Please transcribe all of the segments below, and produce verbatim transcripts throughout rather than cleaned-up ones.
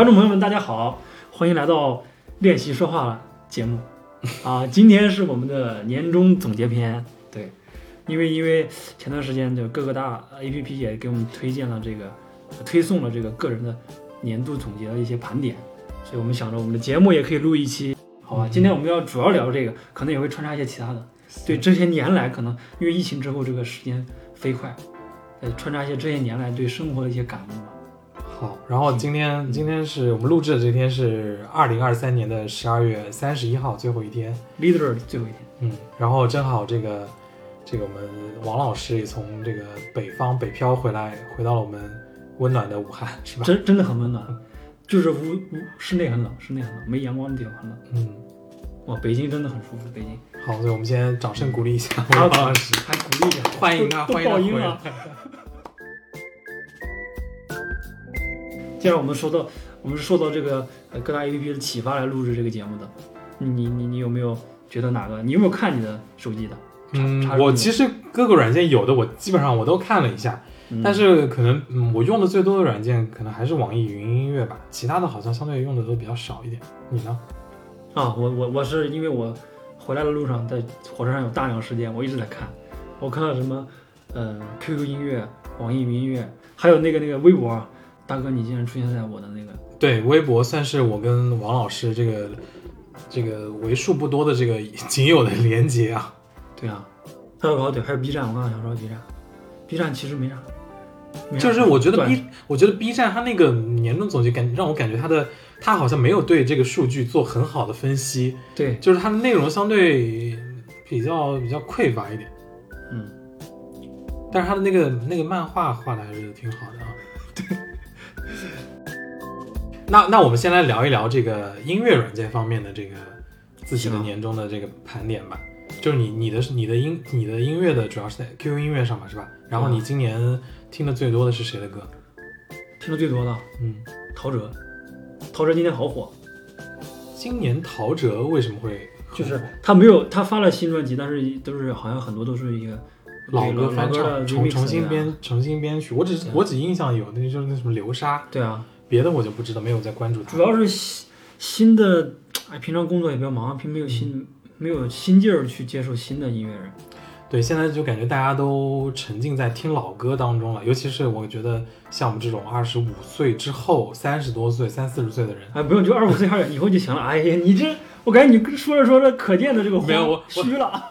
观众朋友们，大家好，欢迎来到练习说话节目啊！今天是我们的年终总结篇，对，因为因为前段时间就各个大 A P P 也给我们推荐了这个推送了这个个人的年度总结的一些盘点，所以我们想着我们的节目也可以录一期，好吧？今天我们要主要聊这个，可能也会穿插一些其他的。对，这些年来可能因为疫情之后这个时间飞快，呃，穿插一些这些年来对生活的一些感悟吧。 好，然后今天今天是我们录制的这天是二零二三年的十二月三十一号，最后一天 ，leader 最后一天。 嗯，然后正好这个这个我们王老师也从这个北方北漂回来，回到了我们温暖的武汉，是吧？ 真真的很温暖，就是屋屋室内很冷，室内很冷，没阳光的地方很冷。 嗯， 哇，北京真的很舒服，北京。 好，所以我们先掌声鼓励一下王老师， 还鼓励一下， 欢迎他，欢迎他回来。 既然我们说到，我们是受到这个呃各大 A P P 的启发来录制这个节目的，你你你有没有觉得哪个？你有没有看你的手机的？ 嗯，我其实各个软件有的我基本上我都看了一下，嗯、但是可能、嗯、我用的最多的软件可能还是网易云音乐吧，其他的好像相对用的都比较少一点。你呢？ 啊，我我我是因为我回来的路上在火车上有大量时间，我一直在看，我看到什么呃 Q Q 音乐、网易云音乐，还有那个那个微博。大哥，你竟然出现在我的那个对微博，算是我跟王老师这个这个为数不多的这个仅有的连接啊。 对啊，还有哦对，还有 B 站，我刚刚想说 B 站 ，B 站其实没啥，没啥就是我觉得 B 我觉得 B 站它那个年终总结感让我感觉它的它好像没有对这个数据做很好的分析， 对， 就是它的内容相对比较比较匮乏一点， 嗯， 但是它的那个那个漫画画的还是挺好的啊， 对。 那那我们先来聊一聊这个音乐软件方面的这个自己的年终的这个盘点吧。就是你你的你的音你的音乐的主要是在 Q Q 音乐上嘛，是吧？然后你今年听的最多的是谁的歌？ 听的最多的， 嗯， 陶喆。陶喆今年好火。 今年陶喆为什么会就是他没有他发了新专辑，但是都是好像很多都是一个老歌翻唱，重重新编啊、 重新编曲。我只我只印象有那就是那什么流沙。 对啊。 别的我就不知道，没有在关注它。 主要是新新的，哎，平常工作也比较忙，并没有新、嗯、没有心劲儿去接受新的音乐人。 对，现在就感觉大家都沉浸在听老歌当中了，尤其是我觉得像我们这种二十五岁之后、三十多岁、三四十岁的人， 哎，不用，就二十五岁以后就行了。哎呀，你这，我感觉你说着说着，可见的这个没有我虚了。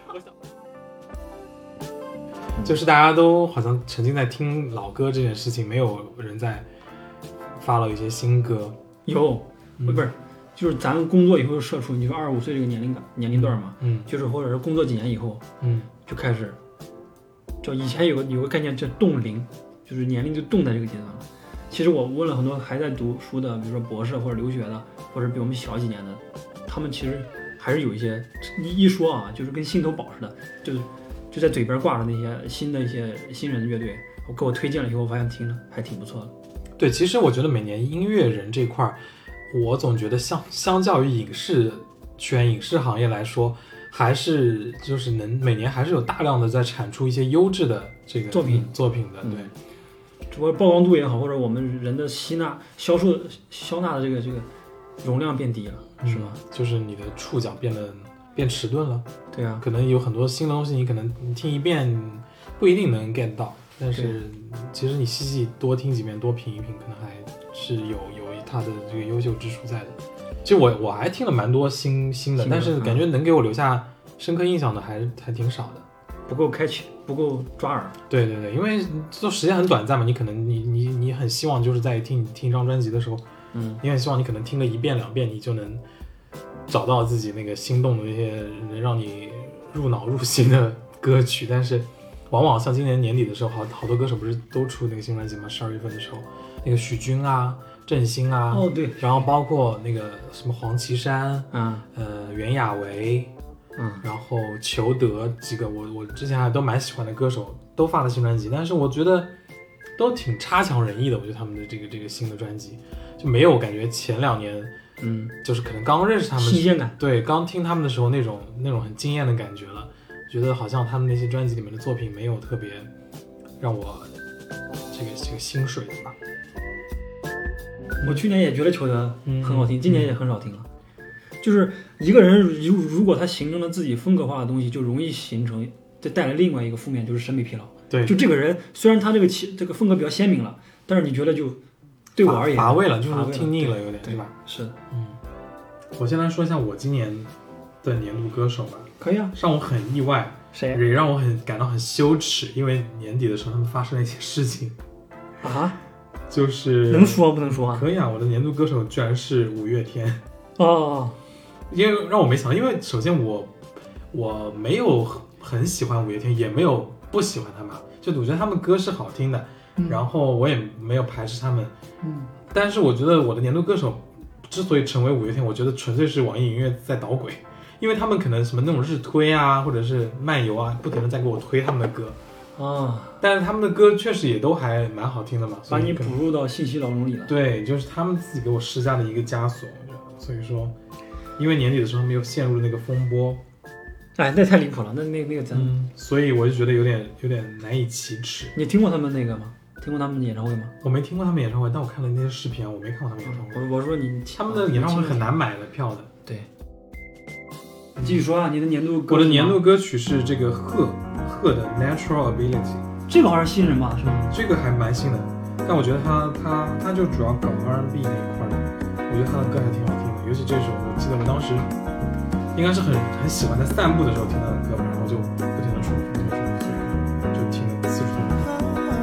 就是大家都好像沉浸在听老歌这件事情，没有人在发了一些新歌。 有，嗯、不是，就是咱工作以后社畜，你说二十五岁这个年龄感年龄段嘛， 嗯， 就是或者是工作几年以后， 嗯， 就开始，叫以前有个有个概念叫冻龄，就是年龄就冻在这个阶段了。其实我问了很多还在读书的，比如说博士或者留学的，或者比我们小几年的，他们其实还是有一些，一一说啊，就是跟心头宝似的，就是就在嘴边挂着那些新的一些新人的乐队，我给我推荐了以后，我发现听了还挺不错的。 对，其实我觉得每年音乐人这块，我总觉得相相较于影视圈、影视行业来说，还是就是能每年还是有大量的在产出一些优质的这个作品作品的，对。 嗯、只不过曝光度也好，或者我们人的吸纳、销售、销纳的这个这个容量变低了，是吧？ 嗯、就是你的触角变得变迟钝了。 对啊， 可能有很多新的东西，你可能你听一遍不一定能 get 到。但是其实你细细多听几遍，多品一品，可能还是有有它的这个优秀之处在的。其实我我还听了蛮多新新的，但是感觉能给我留下深刻印象的还还挺少的， 不够开启，不够抓耳。 对对对，因为这时间很短暂嘛，你可能你你你很希望就是在听听一张专辑的时候， 嗯， 你很希望你可能听了一遍两遍，你就能找到自己那个心动的那些能让你入脑入心的歌曲，但是。往往像今年年底的时候，好好多歌手不是都出那个新专辑吗？十二月份的时候，那个许君啊、郑兴啊， 哦对， 然后包括那个什么黄绮珊， 嗯， 呃，袁娅维， 嗯， 然后裘德几个我我之前还都蛮喜欢的歌手都发了新专辑，但是我觉得都挺差强人意的。我觉得他们的这个这个新的专辑就没有感觉前两年， 嗯， 就是可能刚认识他们新鲜感， 对，刚听他们的时候那种那种很惊艳的感觉了。觉得好像他们那些专辑里面的作品没有特别让我这个这个心水的吧。 我去年也觉得裘德很好听， 嗯、 今年也很少听了。就是一个人如如果他形成了自己风格化的东西，就容易形成就带来另外一个负面，就是审美疲劳。 对， 就这个人虽然他这个这个风格比较鲜明了，但是你觉得就对我而言乏味了，就是听腻了有点， 对, 对吧？ 是的， 嗯。我先来说一下我今年的年度歌手吧。 可以啊。 让我很意外， 谁？ 也让我很感到很羞耻，因为年底的时候他们发生了一些事情。 啊？ 就是能说不能说啊？ 可以啊，我的年度歌手居然是五月天。 哦。 因为让我没想到，因为首先我我没有很喜欢五月天，也没有不喜欢他们，就我觉得他们歌是好听的，嗯、然后我也没有排斥他们。 嗯。 但是我觉得我的年度歌手之所以成为五月天，我觉得纯粹是网易云音乐在捣鬼，因为他们可能什么那种日推啊，或者是漫游啊，不停的在给我推他们的歌啊。 但是他们的歌确实也都还蛮好听的嘛， 把你捕入到信息牢笼里了。 对，就是他们自己给我施加的一个枷锁，我觉得。所以说，因为年底的时候没有陷入那个风波， 哎，那太离谱了，那那那个真、 嗯，所以我就觉得有点有点难以启齿。 你听过他们那个吗？听过他们的演唱会吗？ 我没听过他们演唱会，但我看了那些视频，我没看过他们演唱会。 我我说你他们的演唱会很难买的票的。 对，你继续说啊，你的年度歌。 我的年度歌曲是这个贺贺的 Natural Ability， 这个好像是新人吧？是吧？ 这个还蛮新的，但我觉得他他他就主要搞 R and B 那一块的，我觉得他的歌还挺好听的，尤其这首，我记得我当时应该是很很喜欢在散步的时候听他的歌吧，然后就不停的重复重复，所以就听了次数特别多。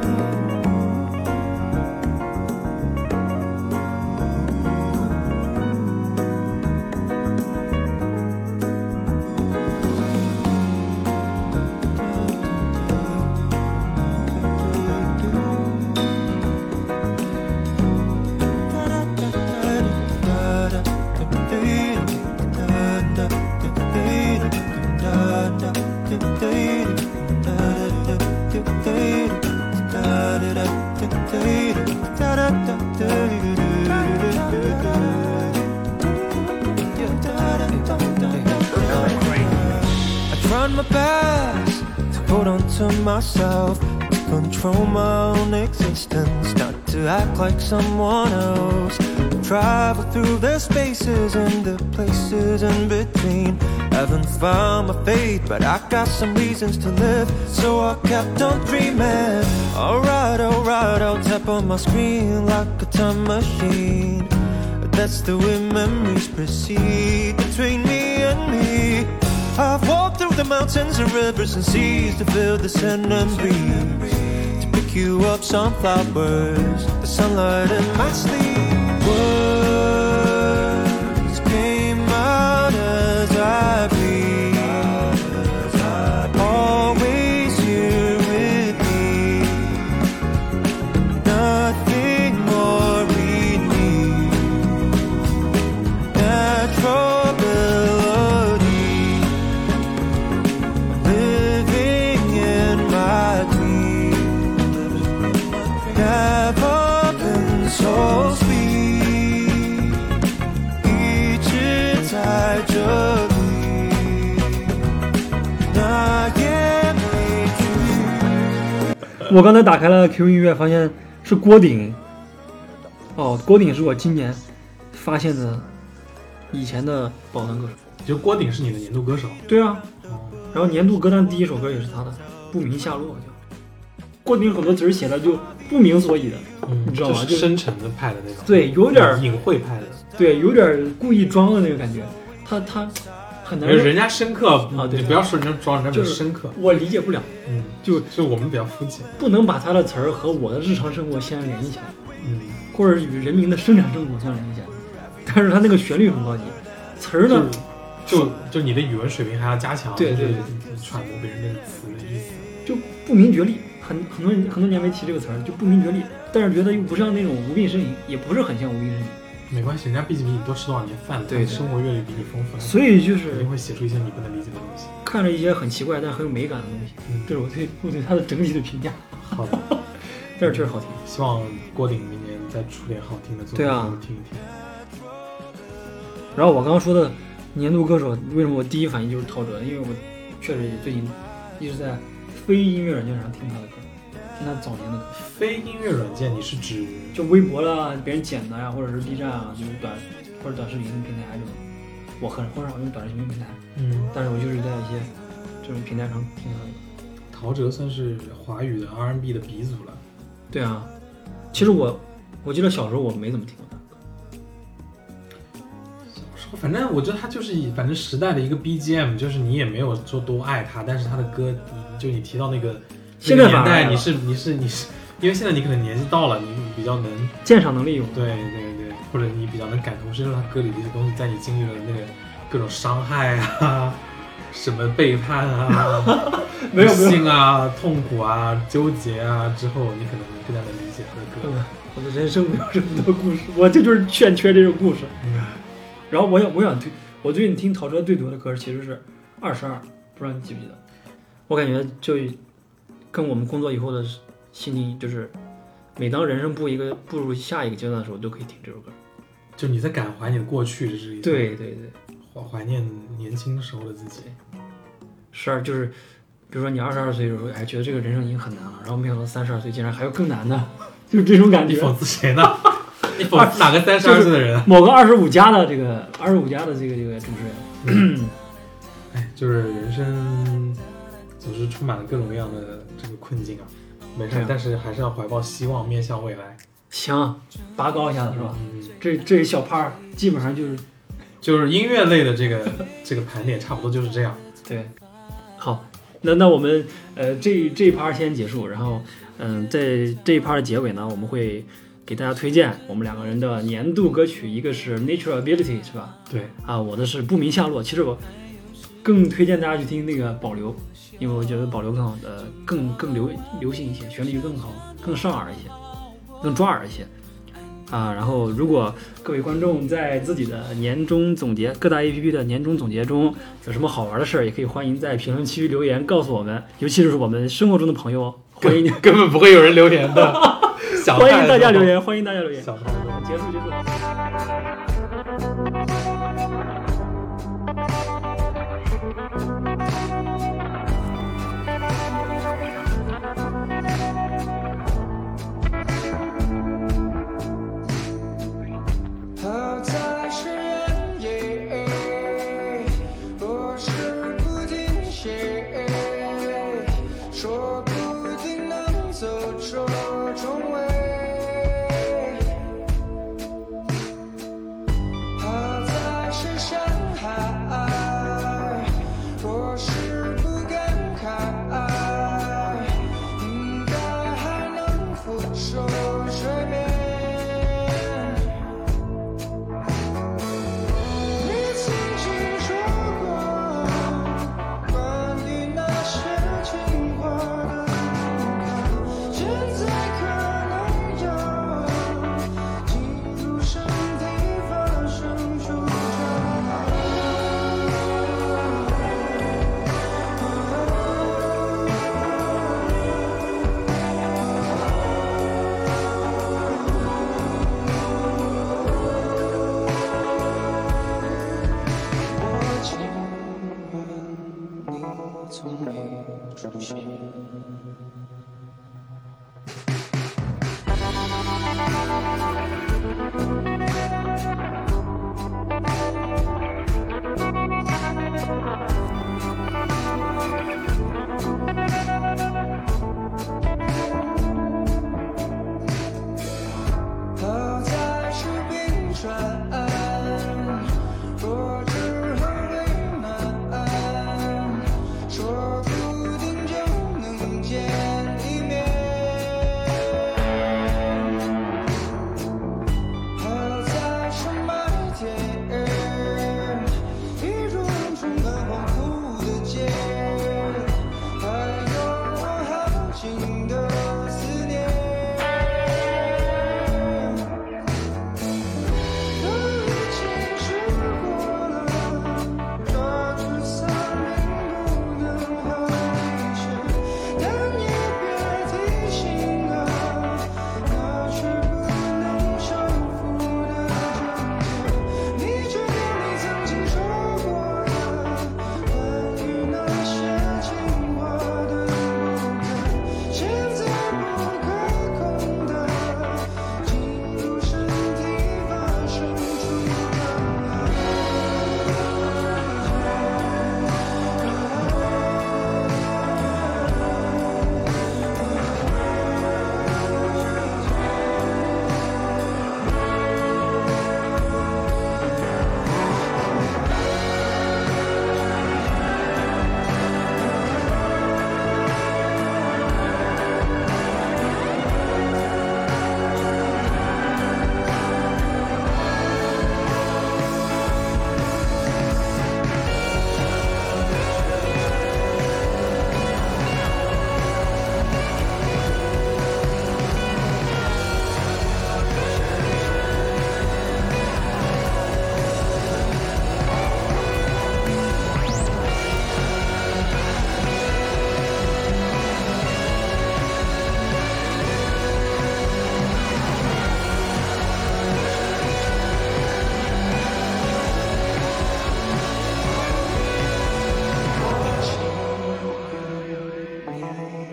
Myself to control my own existence, not to act like someone else. Travel through the spaces and the places in between. Haven't found my fate, but I got some reasons to live, so I kept on dreaming. Alright, alright, I'll tap on my screen like a time machine. That's the way memories proceed between me and me. I've walked through the mountains and rivers and seas to feel the sun and breeze, to pick you up some flowers, the sunlight in my sleep. Words came out as I breathe, always here with me. Nothing more we need. Natural so sweet, each is I just那也没去。 我刚才打开了 Q 音乐，发现是郭顶。哦，郭顶是我今年发现的以前的宝藏歌手。 就郭顶是你的年度歌手？ 对啊。然后年度歌单第一首歌也是他的，《不明下落》叫。郭顶很多词写的就不明所以的， 嗯、 你知道吗？ 就是深沉的派的那种。 对，有点隐晦派的。 对，有点故意装的那个感觉。他他很难。 人家深刻啊，对， 你不要说人家装，人家比较深刻。 我理解不了。 嗯， 就就我们比较肤浅， 不能把他的词儿和我的日常生活相联系起来。 嗯， 或者与人民的生产生活相联系起来。但是他那个旋律很高级，词儿呢， 就就就你的语文水平还要加强。 对对对， 揣摩别人那个词的意思， 就不明觉厉。很很多很多年没提这个词儿，就不明觉厉，但是觉得又不像那种无病呻吟，也不是很像无病呻吟。 没关系，人家毕竟比你多吃多少年饭， 对， 生活阅历比你丰富， 所以就是肯定会写出一些你不能理解的东西。 看着一些很奇怪但很有美感的东西，嗯，这是我对我对他的整体的评价。 好的， 但是确实好听。 希望郭顶明年再出点好听的作品， 对啊， 听一听。 然后我刚刚说的年度歌手，为什么我第一反应就是陶喆？因为我确实也最近一直在非音乐软件上听他的歌。 他早年的歌。 非音乐软件，你是指就微博啦，别人剪的呀，或者是 B 站啊，就是短或者短视频平台这种。我很很少用短视频平台， 嗯， 但是我就是在一些这种平台上听他的。 陶喆算是华语的 R and B 的鼻祖了。 对啊，其实我我记得小时候我没怎么听过他的歌。 小时候，反正我觉得他就是反正时代的一个 B G M， 就是你也没有说多爱他，但是他的歌，就你提到那个现在那个年代，你是你是你是，因为现在你可能年纪到了，你比较能鉴赏能力有。 对对对，或者你比较能感同身受他歌里的一些东西，在你经历了那个各种伤害啊。什么背叛啊， 没有没有啊，痛苦啊，纠结啊，之后你可能更加能理解他的歌。 我的人生没有这么多故事，我这就是欠缺这种故事。 嗯、 然后我想，我想推，我最近听陶喆最多的歌其实是二十二，不知道你记不记得？我感觉就跟我们工作以后的心情，就是每当人生步一个步入下一个阶段的时候，都可以听这首歌。 就你在感怀你的过去，这是一对对对。 怀念年轻时候的自己。 十二就是，比如说你二十二岁的时候，哎，觉得这个人生已经很难了，然后没想到三十二岁竟然还有更难的，就是这种感觉。 你讽刺谁呢？你讽刺哪个三十二岁的人？ 某个二十五加的这个二十五加的这个这个主持人。 哎，就是人生总是充满了各种各样的这个困境啊，没事，但是还是要怀抱希望，面向未来。 行，拔高一下子是吧？ 嗯、 这这一小趴基本上就是。 就是音乐类的这个这个盘点差不多就是这样。 对，好，那那我们呃这这一趴先结束，然后嗯、呃、在这一趴的结尾呢，我们会给大家推荐我们两个人的年度歌曲，一个是 Natural Ability 是吧？ 对啊，我的是不明下落。其实我更推荐大家去听那个保留，因为我觉得保留更好的更更流流行一些，旋律更好，更上耳一些，更抓耳一些。啊，然后如果各位观众在自己的年终总结各大 A P P 的年终总结中有什么好玩的事儿，也可以欢迎在评论区留言告诉我们，尤其是我们生活中的朋友，欢迎根本不会有人留言的， 欢迎大家留言，欢迎大家留言。 小结束结束。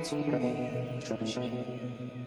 自然出现。